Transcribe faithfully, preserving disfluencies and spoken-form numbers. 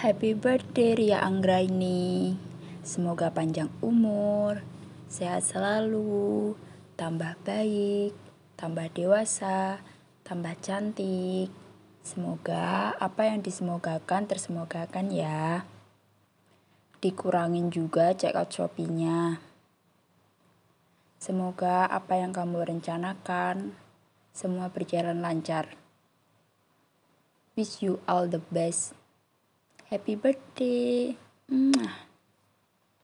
Happy birthday Ria Anggraini. Semoga panjang umur, sehat selalu, tambah baik, tambah dewasa, tambah cantik. Semoga apa yang disemogakan tersemogakan ya. Dikurangin juga check out Shopee-nya. Semoga apa yang kamu rencanakan semua berjalan lancar. Wish you all the best. Happy birthday. Mwah.